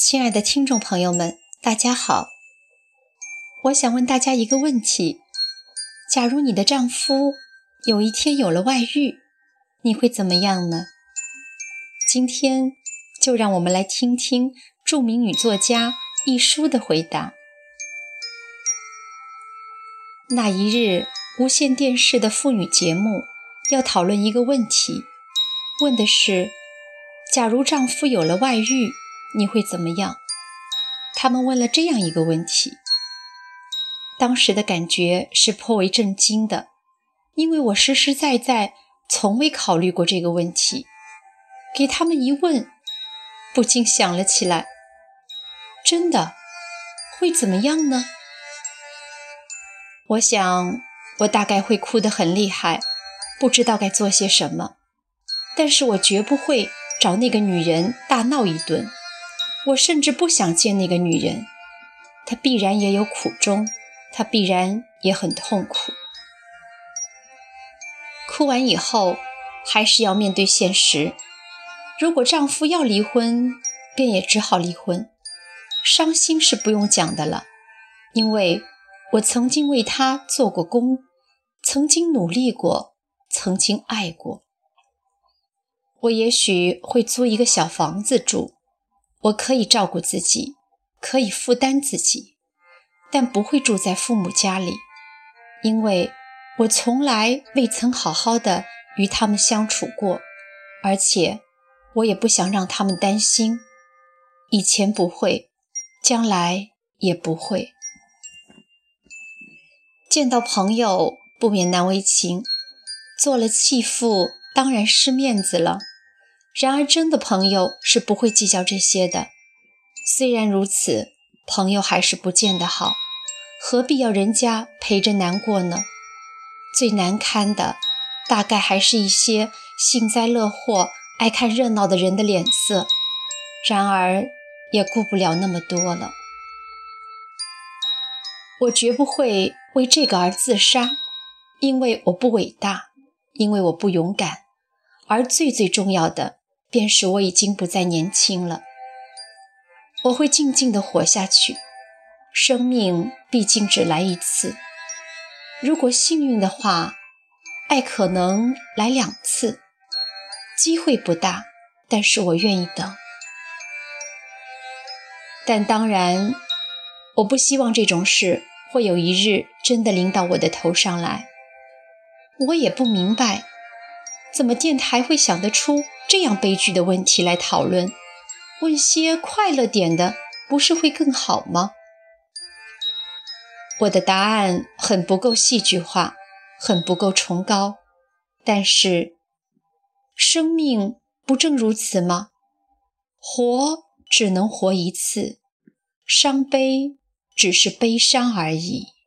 亲爱的听众朋友们，大家好。我想问大家一个问题，假如你的丈夫有一天有了外遇，你会怎么样呢？今天就让我们来听听著名女作家一书的回答。那一日，无线电视的妇女节目要讨论一个问题，问的是，假如丈夫有了外遇，你会怎么样？他们问了这样一个问题。当时的感觉是颇为震惊的，因为我实实在在从未考虑过这个问题。给他们一问，不禁想了起来，真的，会怎么样呢？我想，我大概会哭得很厉害，不知道该做些什么。但是我绝不会找那个女人大闹一顿，我甚至不想见那个女人。她必然也有苦衷，她必然也很痛苦。哭完以后，还是要面对现实。如果丈夫要离婚，便也只好离婚。伤心是不用讲的了，因为我曾经为他做过工，曾经努力过，曾经爱过。我也许会租一个小房子住，我可以照顾自己，可以负担自己，但不会住在父母家里，因为我从来未曾好好的与他们相处过，而且我也不想让他们担心，以前不会，将来也不会。见到朋友不免难为情，做了弃妇当然失面子了。然而真的朋友是不会计较这些的。虽然如此，朋友还是不见得好，何必要人家陪着难过呢？最难堪的大概还是一些幸灾乐祸爱看热闹的人的脸色，然而也顾不了那么多了。我绝不会为这个而自杀，因为我不伟大，因为我不勇敢，而最重要的便是我已经不再年轻了。我会静静地活下去，生命毕竟只来一次。如果幸运的话，爱可能来2次，机会不大，但是我愿意等。但当然，我不希望这种事会有一日真的临到我的头上来。我也不明白，怎么电台会想得出这样悲剧的问题来讨论？问些快乐点的，不是会更好吗？我的答案很不够戏剧化，很不够崇高，但是，生命不正如此吗？活只能活一次，伤悲只是悲伤而已。